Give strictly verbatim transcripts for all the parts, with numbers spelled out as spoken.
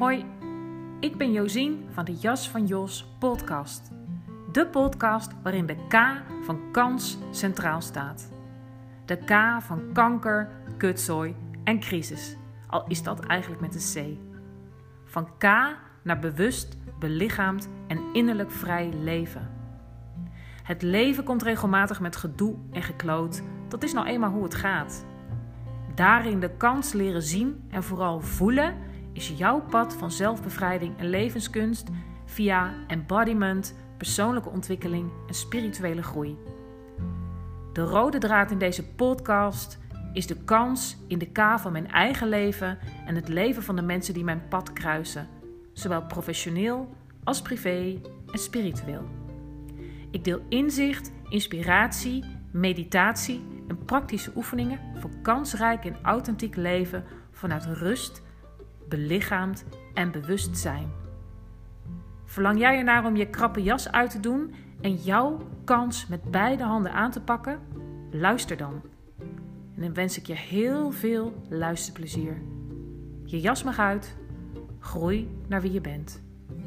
Hoi, ik ben Josien van de Jas van Jos podcast. De podcast waarin de K van kans centraal staat. De K van kanker, kutzooi en crisis, al is dat eigenlijk met een C. Van K naar bewust, belichaamd en innerlijk vrij leven. Het leven komt regelmatig met gedoe en gekloot, dat is nou eenmaal hoe het gaat. Daarin de kans leren zien en vooral voelen is jouw pad van zelfbevrijding en levenskunst via embodiment, persoonlijke ontwikkeling en spirituele groei. De rode draad in deze podcast is de kans in de K van mijn eigen leven en het leven van de mensen die mijn pad kruisen, zowel professioneel als privé en spiritueel. Ik deel inzicht, inspiratie, meditatie en praktische oefeningen voor kansrijk en authentiek leven vanuit rust, belichaamd en bewustzijn. Verlang jij ernaar om je krappe jas uit te doen en jouw kans met beide handen aan te pakken? Luister dan. En dan wens ik je heel veel luisterplezier. Je jas mag uit. Groei naar wie je bent.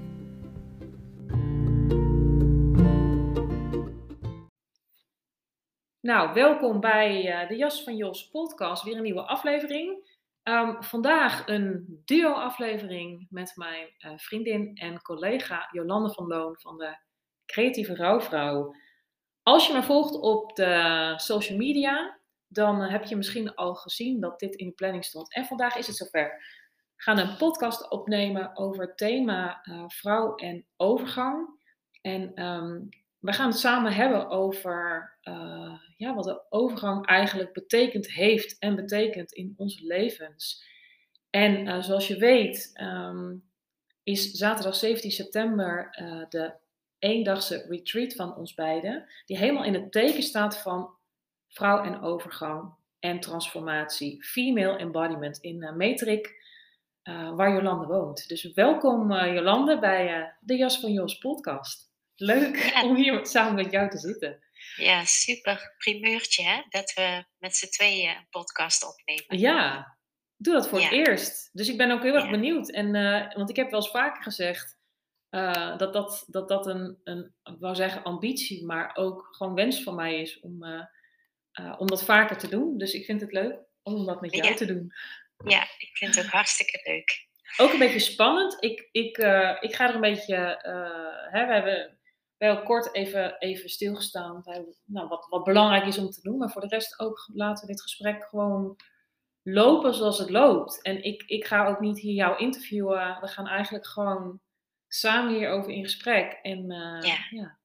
Nou, welkom bij uh, de Jas van Jos podcast. Weer een nieuwe aflevering. Um, vandaag een duo-aflevering met mijn uh, vriendin en collega Jolande van Loon van de Creatieve Rouwvrouw. Als je me volgt op de social media, dan uh, heb je misschien al gezien dat dit in de planning stond. En vandaag is het zover. We gaan een podcast opnemen over het thema uh, vrouw en overgang. En um, we gaan het samen hebben over uh, ja, wat de overgang eigenlijk betekend heeft en betekent in onze levens. En uh, zoals je weet um, is zaterdag zeventien september uh, de eendagse retreat van ons beiden. Die helemaal in het teken staat van vrouw en overgang en transformatie. Female embodiment in uh, Metrik, uh, waar Jolande woont. Dus welkom uh, Jolande bij uh, de Jas van Jos podcast. Leuk ja. om hier samen met jou te zitten. Ja, super primeurtje hè, dat we met z'n tweeën een podcast opnemen. Ja, ik doe dat voor ja. het eerst. Dus ik ben ook heel erg ja. benieuwd. En, uh, want ik heb wel eens vaker gezegd uh, dat dat, dat, dat een, een, ik wou zeggen ambitie, maar ook gewoon wens van mij is om, uh, uh, om dat vaker te doen. Dus ik vind het leuk om dat met jou ja. te doen. Ja, ik vind het hartstikke leuk. Ook een beetje spannend. Ik, ik, uh, ik ga er een beetje... Uh, hè, we hebben... We hebben kort even, even stilgestaan bij nou, wat, wat belangrijk is om te doen. Maar voor de rest ook laten we dit gesprek gewoon lopen zoals het loopt. En ik, ik ga ook niet hier jou interviewen. We gaan eigenlijk gewoon samen hierover in gesprek. En uh, ja. ja,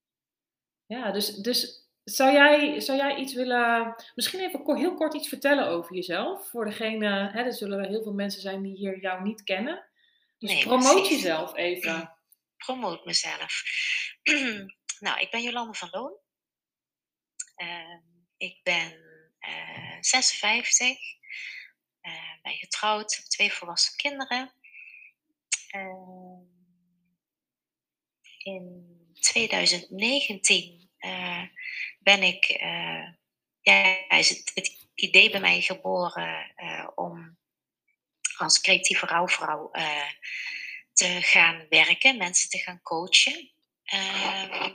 ja dus, dus zou, jij, zou jij iets willen... Misschien even heel kort iets vertellen over jezelf. Voor degene... Hè, er zullen heel veel mensen zijn die hier jou niet kennen. Dus nee, promoot precies. jezelf even. Promoot mezelf. Nou, ik ben Jolande van Loon. Uh, ik ben uh, zesenvijftig. Uh, ben getrouwd, heb twee volwassen kinderen. Uh, in twintig negentien uh, ben ik... Uh, ja, is het, het idee bij mij geboren uh, om als creatieve rouwvrouw uh, te gaan werken, mensen te gaan coachen. Uh,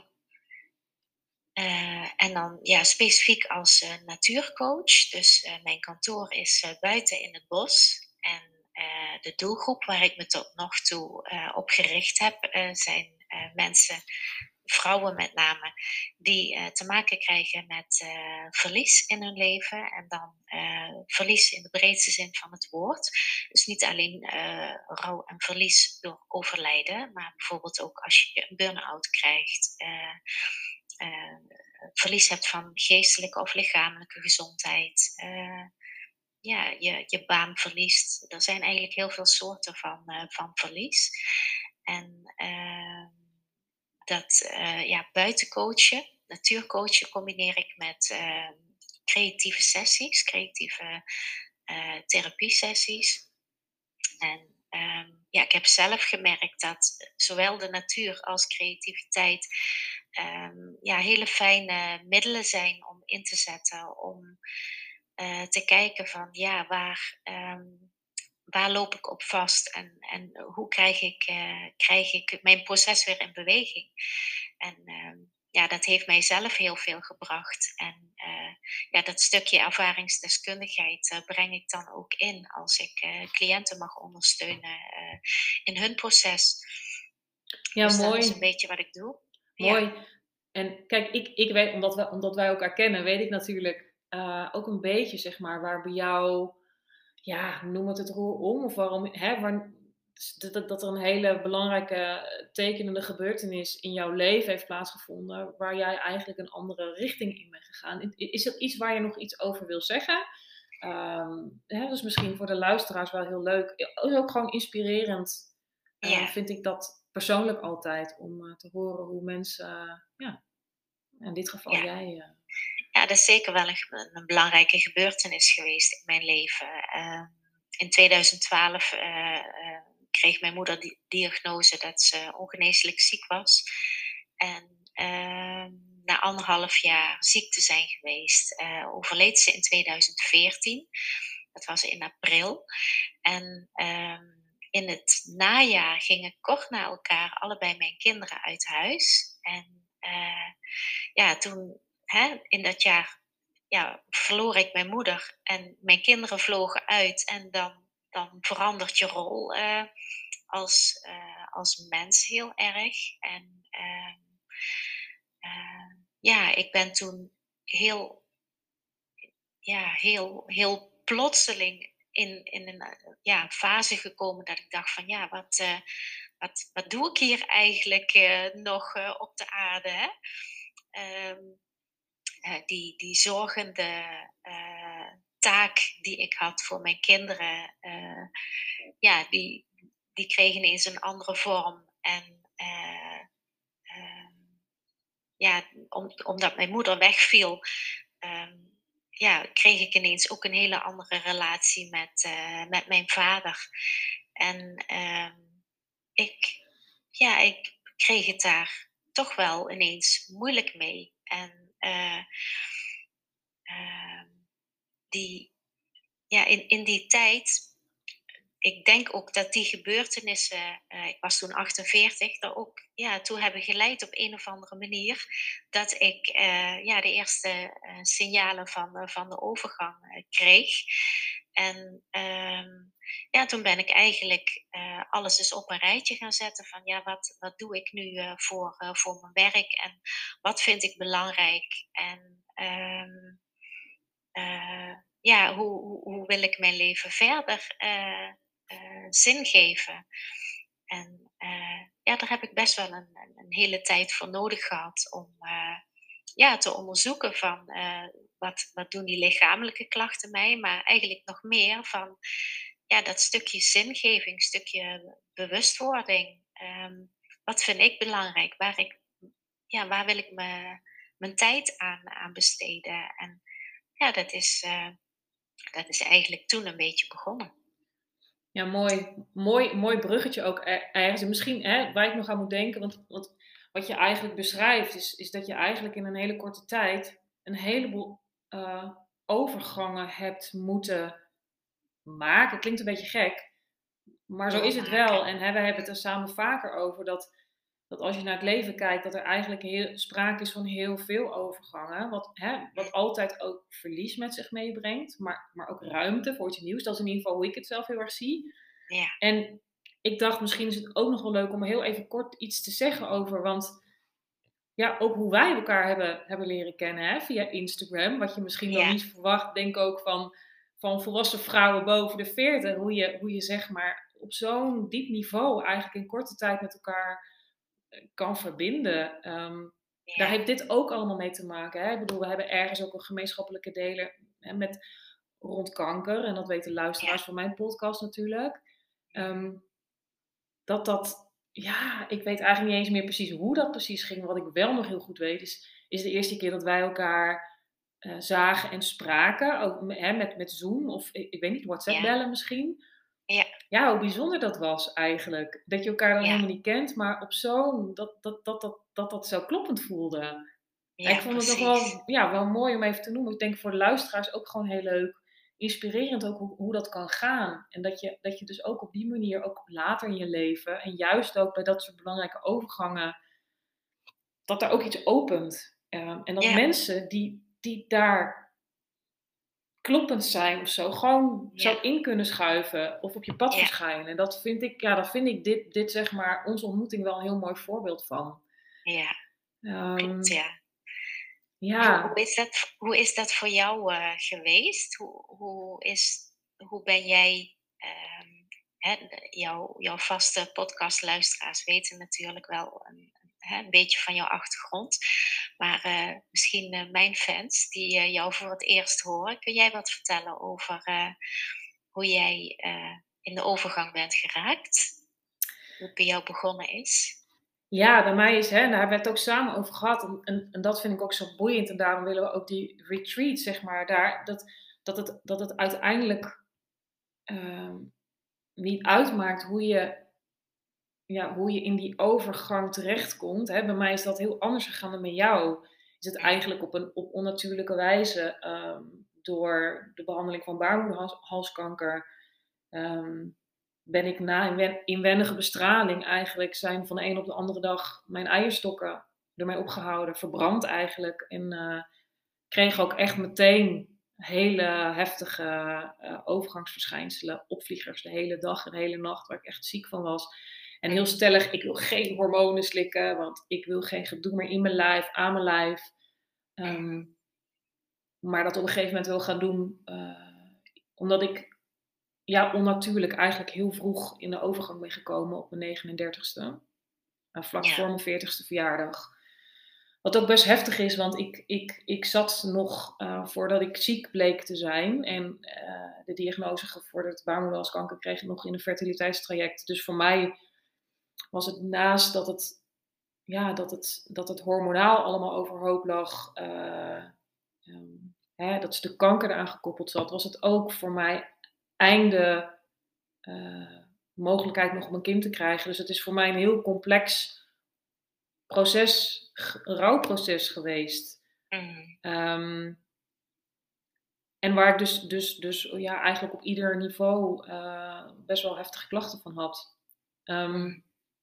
uh, en dan ja, specifiek als uh, natuurcoach. Dus uh, mijn kantoor is uh, buiten in het bos. En uh, de doelgroep waar ik me tot nog toe uh, op gericht heb, uh, zijn uh, mensen, vrouwen met name, die uh, te maken krijgen met uh, verlies in hun leven. En dan uh, verlies in de breedste zin van het woord. Dus niet alleen uh, rouw en verlies door overlijden, maar bijvoorbeeld ook als je een burn-out krijgt, uh, uh, verlies hebt van geestelijke of lichamelijke gezondheid, uh, ja, je, je baan verliest. Er zijn eigenlijk heel veel soorten van, uh, van verlies. En uh, dat uh, ja, buiten coachen, natuurcoachen, combineer ik met uh, creatieve sessies, creatieve uh, therapiesessies. En um, ja, ik heb zelf gemerkt dat zowel de natuur als creativiteit um, ja, hele fijne middelen zijn om in te zetten, om uh, te kijken van ja, waar, um, waar loop ik op vast en, en hoe krijg ik, uh, krijg ik mijn proces weer in beweging. En uh, ja, dat heeft mij zelf heel veel gebracht. En uh, ja, dat stukje ervaringsdeskundigheid uh, breng ik dan ook in als ik uh, cliënten mag ondersteunen uh, in hun proces. Ja, Dus dat is mooi. een beetje wat ik doe. Mooi. Ja. En kijk, ik, ik weet, omdat, we, omdat wij elkaar kennen, weet ik natuurlijk uh, ook een beetje, zeg maar, waar bij jou, ja, noem het het roer om, of waarom, hè, waar, dat, dat er een hele belangrijke tekenende gebeurtenis in jouw leven heeft plaatsgevonden, waar jij eigenlijk een andere richting in bent gegaan. Is dat iets waar je nog iets over wil zeggen? Um, hè, dus misschien voor de luisteraars wel heel leuk. Ook gewoon inspirerend, uh, Ja. vind ik dat persoonlijk altijd, om uh, te horen hoe mensen, uh, ja, in dit geval ja. jij... Uh... Ja, dat is zeker wel een, een belangrijke gebeurtenis geweest in mijn leven. Uh, in tweeduizend twaalf uh, uh, kreeg mijn moeder die diagnose dat ze ongeneeslijk ziek was. En uh, na anderhalf jaar ziek te zijn geweest, uh, overleed ze in tweeduizend veertien. Dat was in april. En uh, in het najaar gingen kort na elkaar allebei mijn kinderen uit huis. En uh, ja, toen, hè, in dat jaar, ja, verloor ik mijn moeder en mijn kinderen vlogen uit. En dan, dan verandert je rol uh, als, uh, als mens heel erg. En uh, uh, ja, ik ben toen heel, ja, heel, heel plotseling in, in een ja, fase gekomen dat ik dacht van ja, wat, uh, wat, wat doe ik hier eigenlijk uh, nog uh, op de aarde? Hè? Um, uh, die, die zorgende uh, taak die ik had voor mijn kinderen, uh, ja, die, die kreeg ineens een andere vorm. En uh, uh, ja, om, omdat mijn moeder wegviel, um, ja, kreeg ik ineens ook een hele andere relatie met, uh, met mijn vader. En uh, ik, ja, ik kreeg het daar toch wel ineens moeilijk mee. En uh, uh, die, ja, in, in die tijd, ik denk ook dat die gebeurtenissen, uh, ik was toen achtenveertig, daar ook ja, toe hebben geleid op een of andere manier dat ik uh, ja, de eerste uh, signalen van, uh, van de overgang uh, kreeg. En uh, ja, toen ben ik eigenlijk uh, alles eens op een rijtje gaan zetten van ja, wat, wat doe ik nu uh, voor, uh, voor mijn werk en wat vind ik belangrijk en uh, uh, ja, hoe, hoe, hoe wil ik mijn leven verder uh, uh, zin geven. En uh, ja, daar heb ik best wel een, een, een hele tijd voor nodig gehad om uh, ja, te onderzoeken van uh, wat, wat doen die lichamelijke klachten mij, maar eigenlijk nog meer van ja, dat stukje zingeving, stukje bewustwording. Um, wat vind ik belangrijk? Waar, ik, ja, waar wil ik me, mijn tijd aan, aan besteden? En ja, dat is, uh, dat is eigenlijk toen een beetje begonnen. Ja, mooi. Mooi, mooi bruggetje ook ergens. En misschien hè, waar ik nog aan moet denken, want, want wat je eigenlijk beschrijft, is, is dat je eigenlijk in een hele korte tijd een heleboel uh, overgangen hebt moeten maken. Klinkt een beetje gek, maar zo is het wel. En hè, we hebben het er samen vaker over dat, dat als je naar het leven kijkt, dat er eigenlijk heel, sprake is van heel veel overgangen. Wat, hè, wat altijd ook verlies met zich meebrengt, maar, maar ook ruimte voor iets nieuws. Dat is in ieder geval hoe ik het zelf heel erg zie. Ja. En ik dacht, misschien is het ook nog wel leuk om heel even kort iets te zeggen over, want ja, ook hoe wij elkaar hebben, hebben leren kennen hè, via Instagram. Wat je misschien wel Ja. niet verwacht, denk ook van, van volwassen vrouwen boven de veertig. Hoe je, hoe je zeg maar op zo'n diep niveau eigenlijk in korte tijd met elkaar kan verbinden. Um, ja. Daar heeft dit ook allemaal mee te maken. Hè? Ik bedoel, we hebben ergens ook een gemeenschappelijke deler hè, met rond kanker. En dat weten luisteraars ja. van mijn podcast natuurlijk. Um, dat dat... Ja, ik weet eigenlijk niet eens meer precies hoe dat precies ging. Wat ik wel nog heel goed weet, is, is de eerste keer dat wij elkaar uh, zagen en spraken. Ook hè, met, met Zoom of ik, ik weet niet, WhatsApp bellen ja. misschien. Ja. Ja, hoe bijzonder dat was eigenlijk. Dat je elkaar dan ja. helemaal niet kent, maar op zo'n... Dat dat, dat, dat, dat, dat zo kloppend voelde. Ja, ik vond precies. het toch wel, ja, wel mooi om even te noemen. Ik denk voor de luisteraars ook gewoon heel leuk. inspirerend ook hoe, hoe dat kan gaan. En dat je, dat je dus ook op die manier, ook later in je leven, en juist ook bij dat soort belangrijke overgangen, dat er ook iets opent. Um, en dat Ja, mensen die, die daar kloppend zijn of zo, gewoon ja, zo in kunnen schuiven of op je pad ja, verschijnen. En dat vind ik, ja, dat vind ik dit, dit zeg maar, onze ontmoeting wel een heel mooi voorbeeld van. ja, klopt, Um, ja. Hoe, hoe, ja, is dat, hoe is dat voor jou uh, geweest? Hoe, hoe, is, hoe ben jij, um, hè, jouw, jouw vaste podcastluisteraars weten natuurlijk wel een, hè, een beetje van jouw achtergrond. Maar uh, misschien uh, mijn fans die uh, jou voor het eerst horen. Kun jij wat vertellen over uh, hoe jij uh, in de overgang bent geraakt? Hoe het bij jou begonnen is? ja, bij mij is, hè, daar hebben we het ook samen over gehad. En, en, en dat vind ik ook zo boeiend. En daarom willen we ook die retreat, zeg maar, daar, dat, dat, het, dat het uiteindelijk um, niet uitmaakt hoe je, ja, hoe je in die overgang terechtkomt. Hè. Bij mij is dat heel anders gegaan dan met jou. Is het eigenlijk op een op onnatuurlijke wijze um, door de behandeling van baarmoederhalskanker. Um, ben ik na inwen- inwendige bestraling eigenlijk zijn van de een op de andere dag mijn eierstokken ermee opgehouden, verbrand eigenlijk. En uh, kreeg ook echt meteen hele heftige uh, overgangsverschijnselen, opvliegers de hele dag en de hele nacht, waar ik echt ziek van was. En heel stellig, ik wil geen hormonen slikken, want ik wil geen gedoe meer in mijn lijf, aan mijn lijf. Um, maar dat op een gegeven moment wil gaan doen, uh, omdat ik ja, onnatuurlijk eigenlijk heel vroeg in de overgang ben gekomen op mijn negenendertigste. Uh, vlak Ja, voor mijn veertigste verjaardag. Wat ook best heftig is, want ik, ik, ik zat nog, uh, voordat ik ziek bleek te zijn en uh, de diagnose gevorderd baarmoederhalskanker kreeg, ik nog in een fertiliteitstraject. Dus voor mij was het naast dat het, ja, dat het, dat het hormonaal allemaal overhoop lag, uh, um, hè, dat de kanker eraan gekoppeld zat, was het ook voor mij einde uh, mogelijkheid nog om een kind te krijgen. Dus het is voor mij een heel complex proces, een rouwproces geweest. mm, Um, en waar ik dus, dus, dus ja, eigenlijk op ieder niveau uh, best wel heftige klachten van had. Um, mm,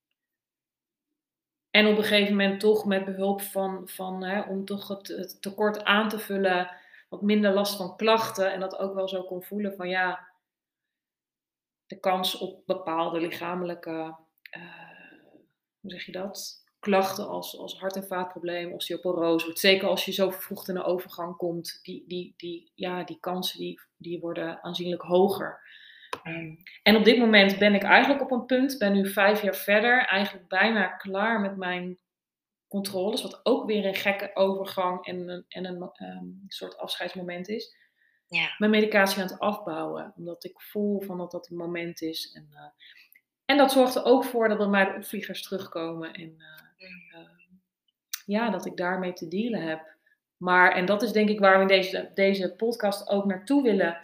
en op een gegeven moment toch met behulp van, van hè, om toch het, het tekort aan te vullen, wat minder last van klachten. En dat ook wel zo kon voelen van ja, de kans op bepaalde lichamelijke, uh, hoe zeg je dat? Klachten als, als hart- en vaatproblemen, osteoporose. Want zeker als je zo vervroegd in de overgang komt, die, die, die, ja, die kansen die, die worden aanzienlijk hoger. Um, en op dit moment ben ik eigenlijk op een punt, ben nu vijf jaar verder, eigenlijk bijna klaar met mijn controles, wat ook weer een gekke overgang en een, en een um, soort afscheidsmoment is. ja, Mijn medicatie aan het afbouwen, omdat ik voel van dat dat een moment is. En, uh, en dat zorgt er ook voor dat bij mij de opvliegers terugkomen en uh, mm, uh, ja, dat ik daarmee te dealen heb. Maar, en dat is denk ik waar we in deze, deze podcast ook naartoe willen.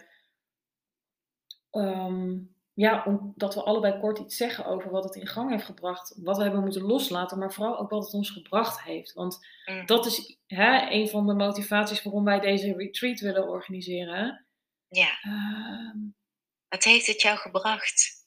Um, ja, omdat we allebei kort iets zeggen over wat het in gang heeft gebracht. Wat we hebben moeten loslaten, maar vooral ook wat het ons gebracht heeft. Want mm. dat is hè, een van de motivaties waarom wij deze retreat willen organiseren. Ja. Um, Wat heeft het jou gebracht?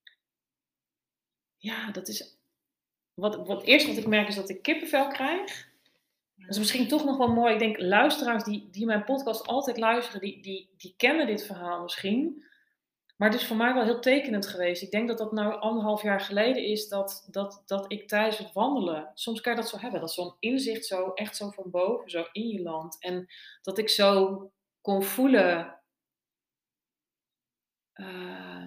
ja, dat is... Wat, wat eerst wat ik merk is dat ik kippenvel krijg. Dat is misschien toch nog wel mooi. Ik denk, luisteraars die, die mijn podcast altijd luisteren, die, die, die kennen dit verhaal misschien. Maar het is voor mij wel heel tekenend geweest. Ik denk dat dat nou anderhalf jaar geleden is dat, dat, dat ik tijdens het wandelen, soms kan je dat zo hebben, dat zo'n inzicht zo echt zo van boven, zo in je land. En dat ik zo kon voelen uh,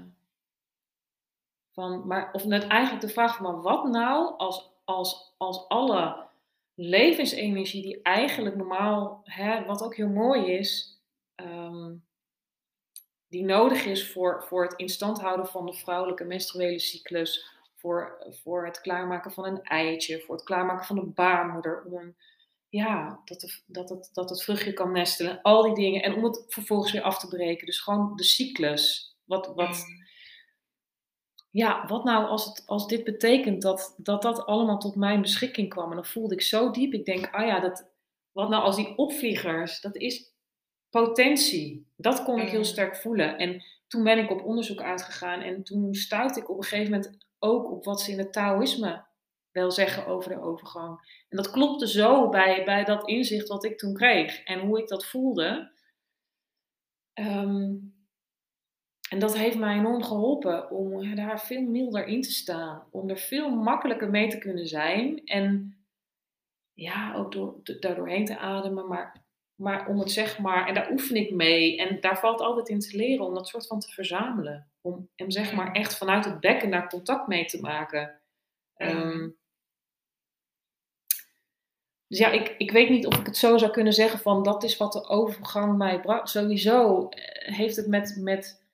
van, maar, of net eigenlijk de vraag van, maar wat nou als, als, als alle levensenergie die eigenlijk normaal, hè, wat ook heel mooi is, um, die nodig is voor, voor het instand houden van de vrouwelijke menstruele cyclus, voor, voor het klaarmaken van een eitje, voor het klaarmaken van de baarmoeder, om een, ja, dat, de, dat, het, dat het vruchtje kan nestelen, al die dingen, en om het vervolgens weer af te breken. Dus gewoon de cyclus. Wat, wat, Mm, ja, wat nou als, het, als dit betekent dat, dat dat allemaal tot mijn beschikking kwam? En dan voelde ik zo diep, ik denk, ah ja, dat, wat nou als die opvliegers, dat is potentie. Dat kon ik heel Mm. sterk voelen. En toen ben ik op onderzoek uitgegaan. En toen stuitte ik op een gegeven moment ook op wat ze in het Taoïsme wel zeggen over de overgang. En dat klopte zo bij, bij dat inzicht wat ik toen kreeg. En hoe ik dat voelde. Um, en dat heeft mij enorm geholpen om daar veel milder in te staan. Om er veel makkelijker mee te kunnen zijn. En ja, ook door, daar doorheen te ademen. Maar, maar om het zeg maar, en daar oefen ik mee. En daar valt altijd in te leren om dat soort van te verzamelen. Om hem zeg maar echt vanuit het bekken daar contact mee te maken. Um, dus ja, ik, ik weet niet of ik het zo zou kunnen zeggen van dat is wat de overgang mij bracht. Sowieso heeft het met, met,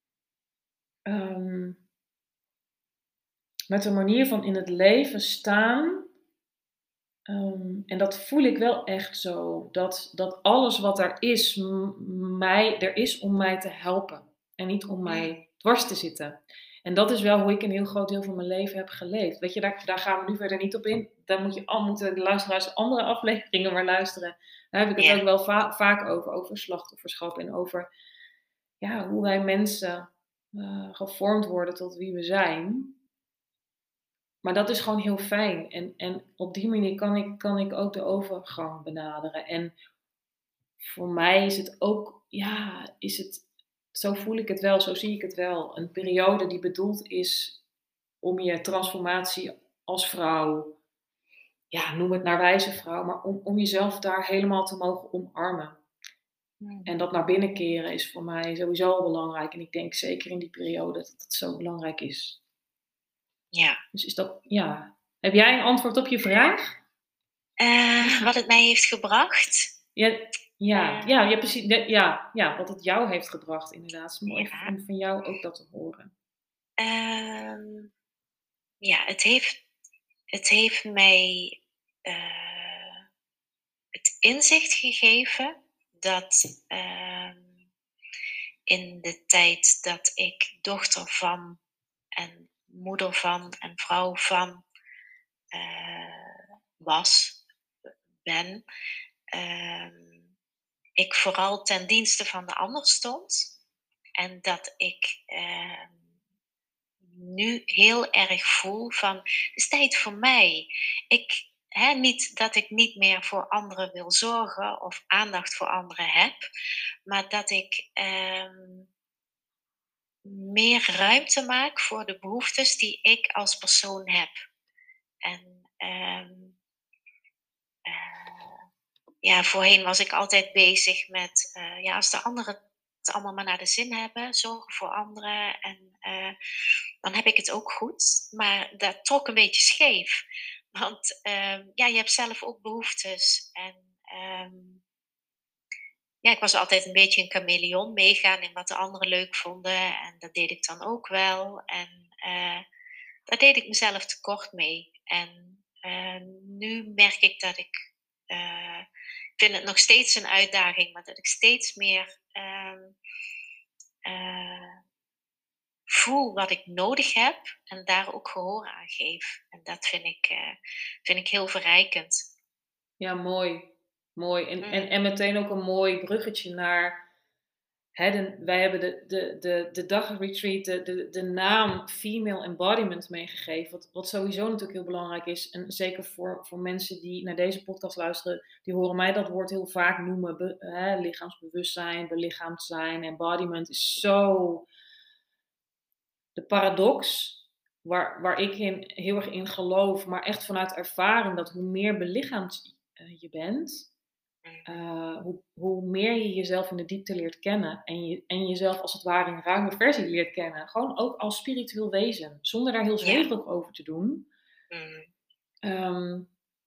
um, met de manier van in het leven staan. Um, en dat voel ik wel echt zo. Dat, dat alles wat er is, m- mij, er is om mij te helpen. En niet om mij dwars te zitten. En dat is wel hoe ik een heel groot deel van mijn leven heb geleefd. Weet je, daar, daar gaan we nu verder niet op in. Daar moet je al moeten de luisteraars andere afleveringen maar luisteren. Daar heb ik het Ja. ook wel va- vaak over. Over slachtofferschap en over ja, hoe wij mensen uh, gevormd worden tot wie we zijn. Maar dat is gewoon heel fijn. En, en op die manier kan ik, kan ik ook de overgang benaderen. En voor mij is het ook, ja, is het, zo voel ik het wel, zo zie ik het wel. Een periode die bedoeld is om je transformatie als vrouw, ja, noem het naar wijze vrouw, maar om, om jezelf daar helemaal te mogen omarmen. Hmm. En dat naar binnen keren is voor mij sowieso al belangrijk. En ik denk zeker in die periode dat het zo belangrijk is. Ja. Dus is dat, ja. Heb jij een antwoord op je vraag? Uh, wat het mij heeft gebracht? Ja, ja, uh, ja, ja, precies. Ja, ja, wat het jou heeft gebracht, inderdaad. Het is mooi ja. om van jou ook dat te horen. Uh, ja, het heeft, het heeft mij uh, het inzicht gegeven dat uh, in de tijd dat ik dochter van en moeder van en vrouw van uh, was, ben, uh, ik vooral ten dienste van de ander stond. En dat ik uh, nu heel erg voel van, het is tijd voor mij. Ik, hè, niet dat ik niet meer voor anderen wil zorgen of aandacht voor anderen heb, maar dat ik uh, meer ruimte maak voor de behoeftes die ik als persoon heb. En uh, uh, ja, voorheen was ik altijd bezig met, uh, ja, als de anderen het allemaal maar naar de zin hebben, zorgen voor anderen en uh, dan heb ik het ook goed. Maar dat trok een beetje scheef. Want uh, ja, je hebt zelf ook behoeftes. En um, ja, ik was altijd een beetje een chameleon, meegaan in wat de anderen leuk vonden. En dat deed ik dan ook wel. En uh, daar deed ik mezelf tekort mee. En uh, nu merk ik dat ik, uh, ik vind het nog steeds een uitdaging, maar dat ik steeds meer uh, uh, voel wat ik nodig heb en daar ook gehoor aan geef. En dat vind ik, uh, vind ik heel verrijkend. Ja, mooi. Mooi. En, mm. en, en meteen ook een mooi bruggetje naar... Hè, de, wij hebben de, de, de, de dagretreat, de, de, de naam Female Embodiment meegegeven. Wat, wat sowieso natuurlijk heel belangrijk is. En zeker voor, voor mensen die naar deze podcast luisteren, die horen mij dat woord heel vaak noemen. Be, hè, lichaamsbewustzijn, belichaamd zijn. Embodiment is zo... De paradox, waar, waar ik in, heel erg in geloof, maar echt vanuit ervaring, dat hoe meer belichaamd uh, je bent... Uh, hoe, hoe meer je jezelf in de diepte leert kennen en, je, en jezelf als het ware in een ruime versie leert kennen. Gewoon ook als spiritueel wezen, zonder daar heel zweverig ja. over te doen. Mm. Um,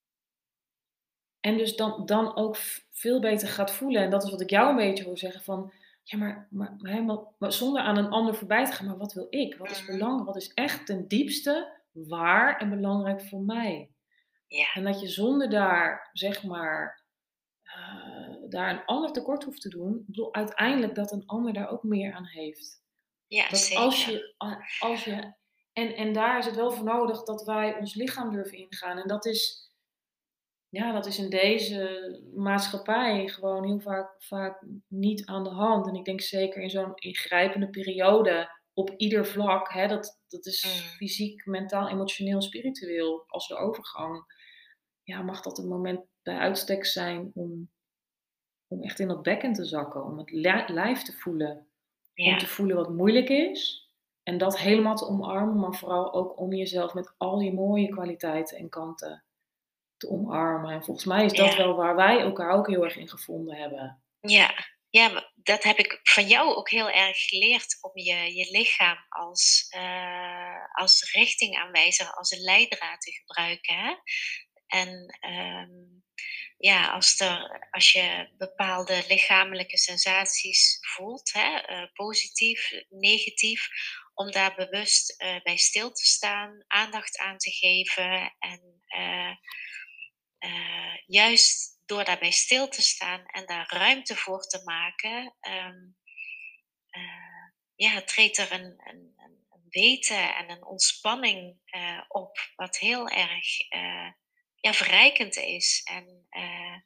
en dus dan, dan ook veel beter gaat voelen. En dat is wat ik jou een beetje hoor zeggen van, ja maar, maar, maar, maar zonder aan een ander voorbij te gaan, maar wat wil ik? Wat is mm. belangrijk? Wat is echt ten diepste waar en belangrijk voor mij? Ja. En dat je zonder daar, zeg maar... Uh, daar een ander tekort hoeft te doen. Ik bedoel, uiteindelijk dat een ander daar ook meer aan heeft. Ja, dat zeker. Als je, als je, en, en daar is het wel voor nodig dat wij ons lichaam durven ingaan. En dat is ja, dat is in deze maatschappij gewoon heel vaak, vaak niet aan de hand. En ik denk zeker in zo'n ingrijpende periode op ieder vlak, hè, dat, dat is Mm, fysiek, mentaal, emotioneel, spiritueel, als de overgang. Ja, mag dat een moment bij uitstek zijn om, om echt in dat bekken te zakken, om het li- lijf te voelen. Om te ja, voelen wat moeilijk is. En dat helemaal te omarmen, maar vooral ook om jezelf met al je mooie kwaliteiten en kanten te omarmen. En volgens mij is dat ja. wel waar wij elkaar ook heel erg in gevonden hebben. Ja, ja, maar dat heb ik van jou ook heel erg geleerd om je, je lichaam als, eh, als richtingaanwijzer, als een leidraad te gebruiken. Hè? En ehm, ja, als, er, als je bepaalde lichamelijke sensaties voelt, hè, eh, positief, negatief, om daar bewust eh, bij stil te staan, aandacht aan te geven en eh, eh, juist door daarbij stil te staan en daar ruimte voor te maken, ehm, eh, ja, treedt er een, een, een een weten en een ontspanning eh, op, wat heel erg eh, ja, verrijkend is. En eh,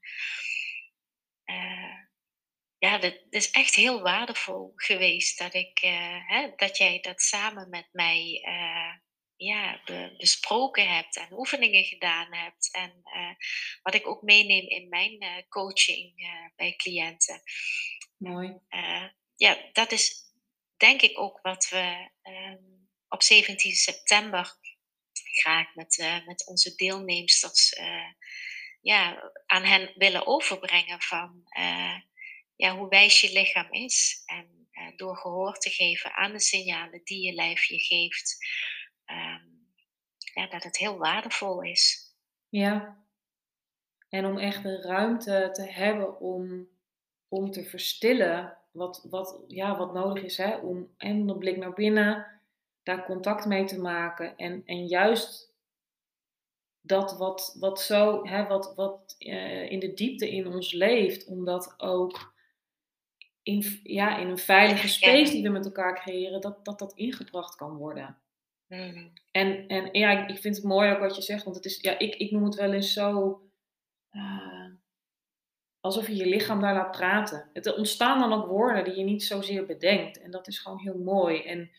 eh, ja, dat is echt heel waardevol geweest dat, ik, eh, hè, dat jij dat samen met mij eh, ja, be- besproken hebt en oefeningen gedaan hebt. En eh, wat ik ook meeneem in mijn eh, coaching eh, bij cliënten. Mooi. Eh, ja, dat is denk ik ook wat we ehm, op zeventien september graag met, eh, met onze deelnemsters eh, ja, aan hen willen overbrengen van eh, ja, hoe wijs je lichaam is. En eh, door gehoor te geven aan de signalen die je lijf je geeft, ehm, ja, dat het heel waardevol is. Ja, en om echt de ruimte te hebben om, om te verstillen wat, wat, ja, wat nodig is. Hè? Om en de blik naar binnen, daar contact mee te maken. En, en juist dat wat, wat zo, hè, wat, wat eh, in de diepte in ons leeft, om dat ook in, ja, in een Te veilige space herkennen. die we met elkaar creëren, dat dat, dat ingebracht kan worden. Mm, En, en ja, ik vind het mooi ook wat je zegt, want het is, ja, ik, ik noem het wel eens zo, uh, alsof je je lichaam daar laat praten. Het, er ontstaan dan ook woorden die je niet zozeer bedenkt. En dat is gewoon heel mooi. En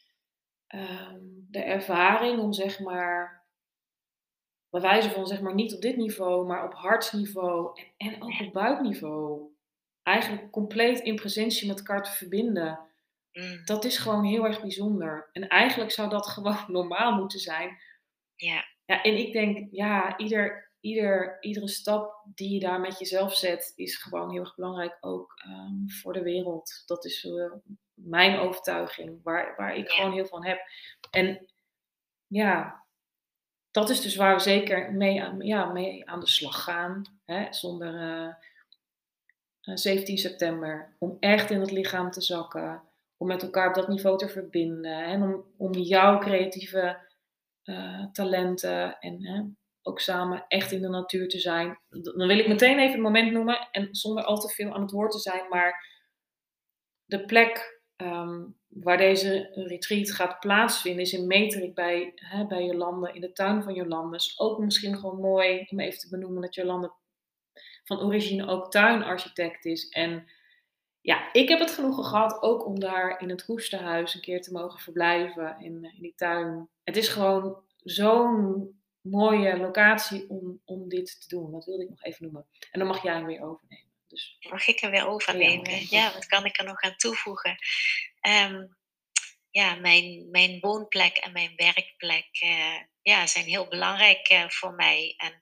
um, de ervaring om zeg maar, bij wijze van zeg maar niet op dit niveau, maar op hartsniveau en, en ook ja, op buikniveau, eigenlijk compleet in presentie met elkaar te verbinden. mm, Dat is gewoon heel erg bijzonder. En eigenlijk zou dat gewoon normaal moeten zijn. ja, Ja, en ik denk, ja, ieder, ieder, iedere stap die je daar met jezelf zet, is gewoon heel erg belangrijk, ook um, voor de wereld. Dat is uh, mijn overtuiging, waar, waar ik ja, gewoon heel van heb. En ja, dat is dus waar we zeker mee aan, ja, mee aan de slag gaan. Hè? Zonder uh, uh, zeventien september. Om echt in het lichaam te zakken. Om met elkaar op dat niveau te verbinden. En om, om jouw creatieve uh, talenten en hè, ook samen echt in de natuur te zijn. Dan wil ik mm, meteen even het moment noemen en zonder al te veel aan het woord te zijn, maar de plek um, waar deze retreat gaat plaatsvinden is in Meterik bij, hè, bij Jolande, in de tuin van Jolande. Is ook misschien gewoon mooi om even te benoemen dat Jolande van origine ook tuinarchitect is. En ja, ik heb het genoegen gehad ook om daar in het Hoestenhuis een keer te mogen verblijven in, in die tuin. Het is gewoon zo'n mooie locatie om, om dit te doen. Dat wilde ik nog even noemen. En dan mag jij hem weer overnemen. Dus mag ik er weer ja, mag overnemen? jij hem Ja, wat teruggeven. kan ik er nog aan toevoegen? Ehm, ja, mijn, mijn woonplek en mijn werkplek eh, ja, zijn heel belangrijk eh, voor mij. En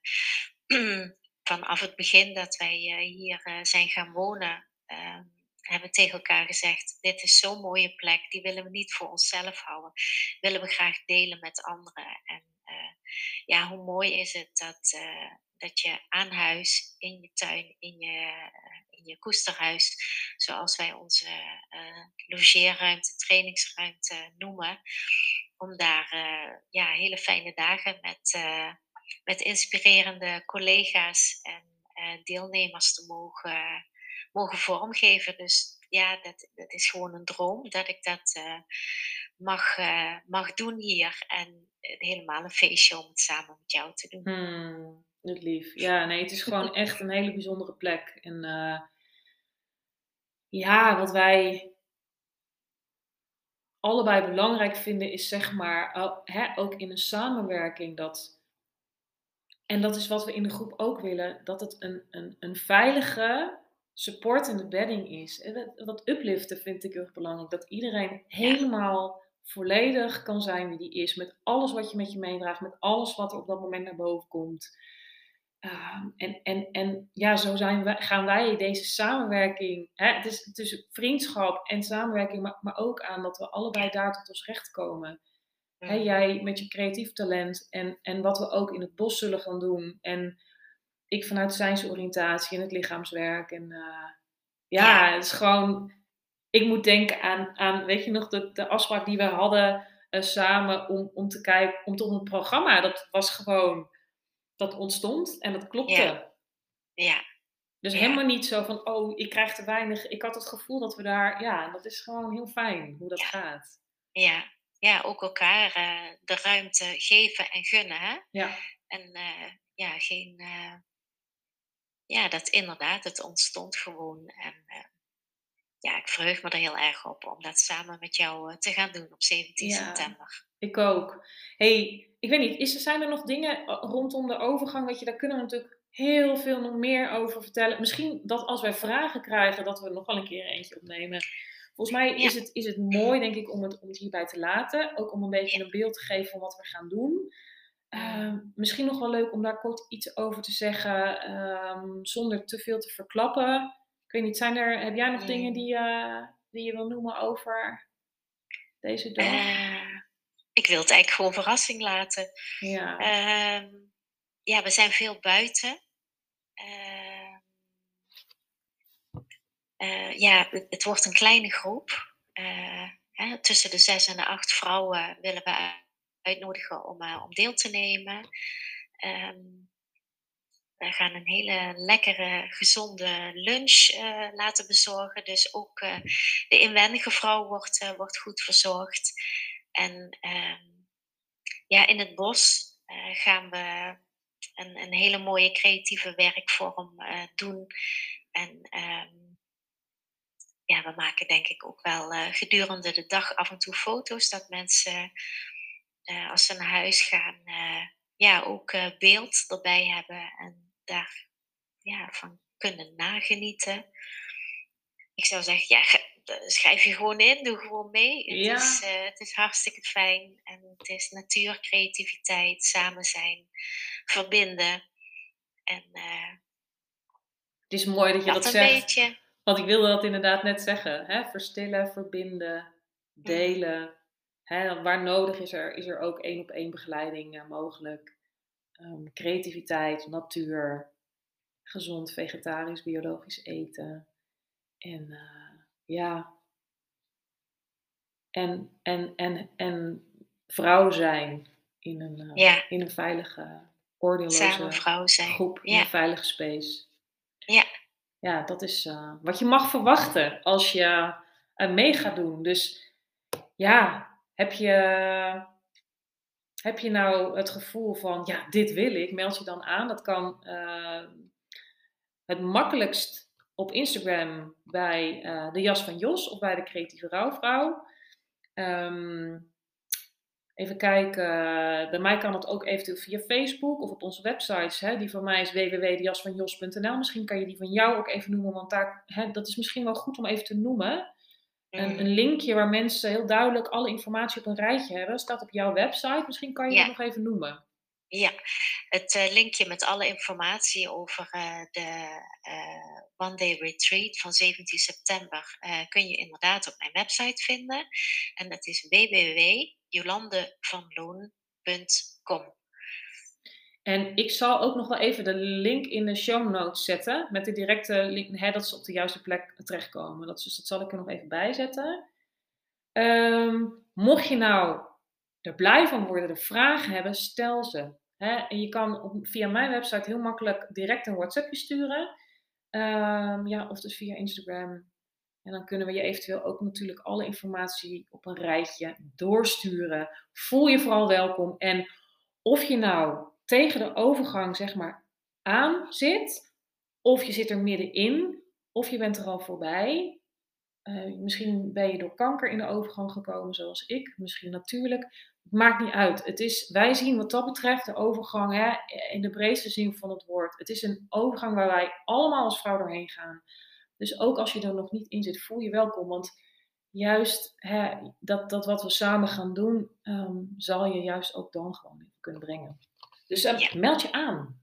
vanaf het begin dat wij eh, hier eh, zijn gaan wonen, eh, hebben we tegen elkaar gezegd: dit is zo'n mooie plek, die willen we niet voor onszelf houden. Willen we graag delen met anderen. En eh, ja, hoe mooi is het dat, eh, dat je aan huis, in je tuin, in je, eh, in je koesterhuis, zoals wij onze uh, logeerruimte, trainingsruimte noemen, om daar uh, ja, hele fijne dagen met, uh, met inspirerende collega's en uh, deelnemers te mogen, mogen vormgeven. Dus ja, dat, dat is gewoon een droom dat ik dat uh, mag, uh, mag doen hier. En helemaal een feestje om het samen met jou te doen. Hmm. Het lief. Ja, nee, het is gewoon echt een hele bijzondere plek. En uh, ja, wat wij allebei belangrijk vinden is zeg maar, uh, hè, ook in een samenwerking dat, en dat is wat we in de groep ook willen, dat het een, een, een veilige, supportende bedding is. En dat, dat upliften vind ik heel erg belangrijk. Dat iedereen helemaal volledig kan zijn wie die is. Met alles wat je met je meedraagt. Met alles wat er op dat moment naar boven komt. Uh, en, en, en ja, zo zijn wij, gaan wij deze samenwerking. Hè, het is tussen vriendschap en samenwerking. Maar, maar ook aan dat we allebei daar tot ons recht komen. Hè, jij met je creatief talent. En, en wat we ook in het bos zullen gaan doen. En ik vanuit zijnsoriëntatie en het lichaamswerk. En uh, ja, ja, het is gewoon... Ik moet denken aan, aan weet je nog, de, de afspraak die we hadden uh, samen om, om te kijken, om tot een programma. Dat was gewoon, dat ontstond en dat klopte. Ja. ja. Dus ja. helemaal niet zo van, oh, ik krijg te weinig. Ik had het gevoel dat we daar, ja, dat is gewoon heel fijn hoe dat ja. gaat. Ja. ja, ook elkaar uh, de ruimte geven en gunnen. Hè? Ja. En uh, ja, geen... Uh, ja, dat inderdaad, het ontstond gewoon. En uh, ja, ik verheug me er heel erg op om dat samen met jou uh, te gaan doen op zeventien ja, september. Ik ook. Hey, ik weet niet, is er, zijn er nog dingen rondom de overgang? Weet je, daar kunnen we natuurlijk heel veel nog meer over vertellen. Misschien dat als wij vragen krijgen, dat we nog wel een keer eentje opnemen. Volgens mij is, ja. het, is het mooi, denk ik, om het, om het hierbij te laten. Ook om een beetje ja. een beeld te geven van wat we gaan doen. Uh, misschien nog wel leuk om daar kort iets over te zeggen, um, zonder te veel te verklappen. Ik weet niet, zijn er, heb jij nog nee. dingen die, uh, die je wil noemen over deze dag? Uh, ik wil het eigenlijk gewoon verrassing laten. Ja, uh, ja we zijn veel buiten. Uh, uh, ja, het, het wordt een kleine groep. Uh, hè, tussen de zes en de acht vrouwen willen we uitnodigen om, uh, om deel te nemen. Um, we gaan een hele lekkere, gezonde lunch uh, laten bezorgen. Dus ook uh, de inwendige vrouw wordt, uh, wordt goed verzorgd. En um, ja, in het bos uh, gaan we een, een hele mooie creatieve werkvorm uh, doen. En um, ja, we maken denk ik ook wel uh, gedurende de dag af en toe foto's. Dat mensen, uh, als ze naar huis gaan, uh, ja, ook uh, beeld erbij hebben. En daar ja, van kunnen nagenieten. Ik zou zeggen, ja, schrijf je gewoon in, doe gewoon mee. Het, ja. is, uh, het is hartstikke fijn. En het is natuur, creativiteit, samen zijn, verbinden. En uh, het is mooi dat je dat, dat zegt. Beetje. Want ik wilde dat inderdaad net zeggen. Hè? Verstillen, verbinden, delen. Mm. Hè? Waar nodig is er, is er ook één op één begeleiding uh, mogelijk. Um, creativiteit, natuur, gezond, vegetarisch, biologisch eten. En uh, ja. En, en, en, en vrouw zijn in een, uh, ja. in een veilige, oordeelloze vrouw zijn. groep, ja. in een veilige space. Ja. Ja, dat is uh, wat je mag verwachten als je uh, mee gaat doen. Dus ja, heb je, heb je nou het gevoel van, ja, dit wil ik, meld je dan aan. Dat kan uh, het makkelijkst op Instagram bij uh, de Jas van Jos of bij de Creatieve Rouwvrouw. Um, even kijken, bij mij kan het ook eventueel via Facebook of op onze websites. Hè. Die van mij is w w w punt de jas van jos punt n l. Misschien kan je die van jou ook even noemen, want daar, hè, dat is misschien wel goed om even te noemen. Een, een linkje waar mensen heel duidelijk alle informatie op een rijtje hebben, staat op jouw website. Misschien kan je ja. dat nog even noemen. Ja, het uh, linkje met alle informatie over uh, de uh, One Day Retreat van zeventien september uh, kun je inderdaad op mijn website vinden. En dat is w w w punt jolande van loon punt com. En ik zal ook nog wel even de link in de show notes zetten. Met de directe link, hè, dat ze op de juiste plek terechtkomen. Dat, dus dat zal ik er nog even bij zetten. Um, mocht je nou er blij van worden, de vragen hebben, stel ze. Hè? En je kan op, via mijn website heel makkelijk direct een WhatsAppje sturen. Um, ja, of dus via Instagram. En dan kunnen we je eventueel ook natuurlijk alle informatie op een rijtje doorsturen. Voel je vooral welkom. En of je nou tegen de overgang, zeg maar, aan zit. Of je zit er middenin. Of je bent er al voorbij. Uh, misschien ben je door kanker in de overgang gekomen, zoals ik. Misschien natuurlijk. Het maakt niet uit. Het is, wij zien wat dat betreft de overgang, hè, in de breedste zin van het woord. Het is een overgang waar wij allemaal als vrouw doorheen gaan. Dus ook als je er nog niet in zit, voel je welkom. Want juist hè, dat, dat wat we samen gaan doen, um, zal je juist ook dan gewoon even kunnen brengen. Dus uh, ja. meld je aan.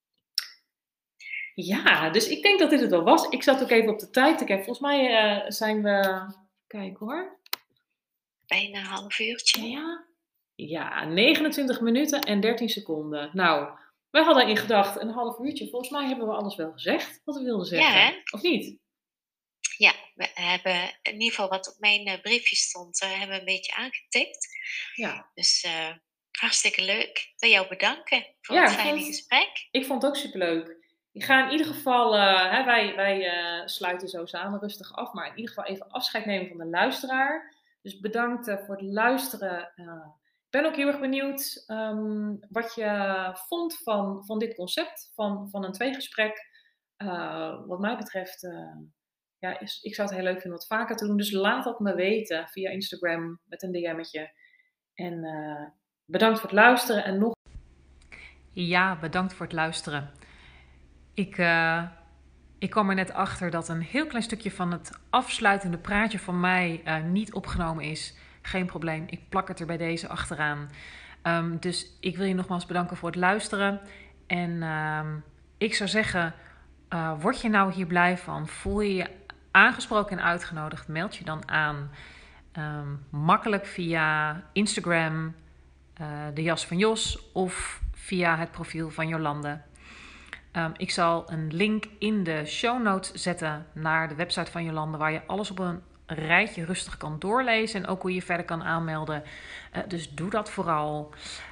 Ja, dus ik denk dat dit het wel was. Ik zat ook even op de tijd te kijken. Volgens mij uh, zijn we... Kijk hoor. Bijna een half uurtje. Ja. Ja, negenentwintig minuten en dertien seconden. Nou, wij hadden in gedachten een half uurtje. Volgens mij hebben we alles wel gezegd wat we wilden zeggen. Ja, hè? Of niet? Ja, we hebben in ieder geval wat op mijn uh, briefje stond, uh, hebben we een beetje aangetikt. Ja. Dus uh, hartstikke leuk. Ik wil jou bedanken voor ja, het fijne vond, gesprek. Ik vond het ook superleuk. Ik ga in ieder geval, uh, hè, wij, wij uh, sluiten zo samen rustig af, maar in ieder geval even afscheid nemen van de luisteraar. Dus bedankt uh, voor het luisteren. Uh, ik ben ook heel erg benieuwd um, wat je vond van, van dit concept, van, van een tweegesprek. Uh, wat mij betreft, uh, ja, is, ik zou het heel leuk vinden wat vaker te doen. Dus laat dat me weten via Instagram met een D M'tje. En uh, bedankt voor het luisteren en nog... Ja, bedankt voor het luisteren. Ik, uh, ik kwam er net achter dat een heel klein stukje van het afsluitende praatje van mij uh, niet opgenomen is. Geen probleem, ik plak het er bij deze achteraan. Um, dus ik wil je nogmaals bedanken voor het luisteren. En uh, ik zou zeggen, uh, word je nou hier blij van? Voel je je aangesproken en uitgenodigd? Meld je dan aan. Um, makkelijk via Instagram, uh, de Jas van Jos of via het profiel van Jolande. Um, ik zal een link in de show notes zetten naar de website van Jolande, waar je alles op een rijtje rustig kan doorlezen en ook hoe je verder kan aanmelden. Uh, dus doe dat vooral.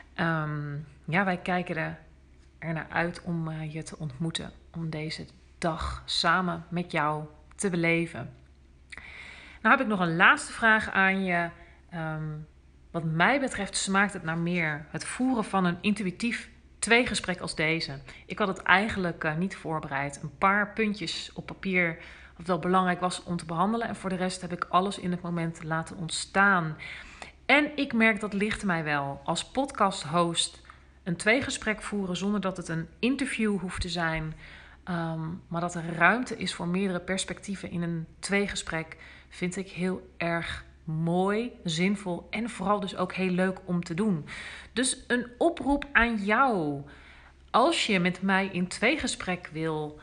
Um, ja, wij kijken er, er naar uit om uh, je te ontmoeten, om deze dag samen met jou te beleven. Nou heb ik nog een laatste vraag aan je. Um, wat mij betreft smaakt het naar meer. Het voeren van een intuïtief tweegesprek als deze. Ik had het eigenlijk uh, niet voorbereid. Een paar puntjes op papier wat wel belangrijk was om te behandelen. En voor de rest heb ik alles in het moment laten ontstaan. En ik merk dat ligt mij wel. Als podcast-host een tweegesprek voeren zonder dat het een interview hoeft te zijn. Um, maar dat er ruimte is voor meerdere perspectieven in een tweegesprek, vind ik heel erg mooi, zinvol en vooral dus ook heel leuk om te doen. Dus een oproep aan jou. Als je met mij in tweegesprek wil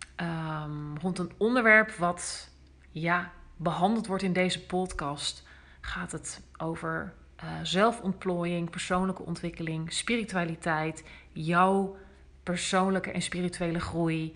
um, rond een onderwerp wat ja, behandeld wordt in deze podcast, gaat het over uh, zelfontplooiing, persoonlijke ontwikkeling, spiritualiteit, jouw persoonlijke en spirituele groei,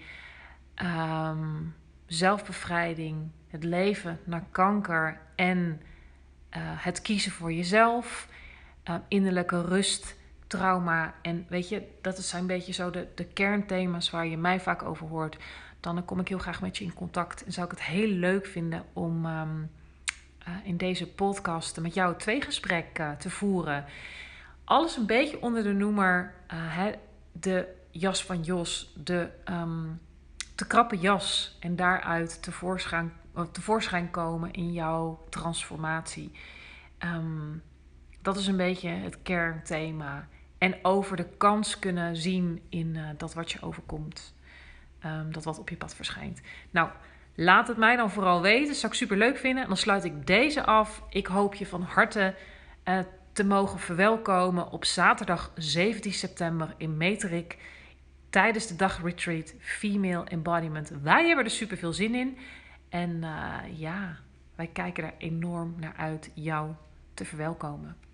um, zelfbevrijding, het leven na kanker en uh, het kiezen voor jezelf, uh, innerlijke rust, trauma. En weet je, dat zijn een beetje zo de, de kernthema's waar je mij vaak over hoort. Dan kom ik heel graag met je in contact en zou ik het heel leuk vinden om um, uh, in deze podcast met jou het tweegesprek uh, te voeren. Alles een beetje onder de noemer uh, he, de Jas van Jos, de um, te krappe jas en daaruit tevoorschijn, tevoorschijn komen in jouw transformatie. Um, dat is een beetje het kernthema. En over de kans kunnen zien in uh, dat wat je overkomt. Um, dat wat op je pad verschijnt. Nou, laat het mij dan vooral weten. Dat zou ik super leuk vinden. En dan sluit ik deze af. Ik hoop je van harte uh, te mogen verwelkomen op zaterdag zeventien september in Meterik. Tijdens de dagretreat Female Embodiment. Wij hebben er super veel zin in. En uh, ja, wij kijken er enorm naar uit jou te verwelkomen.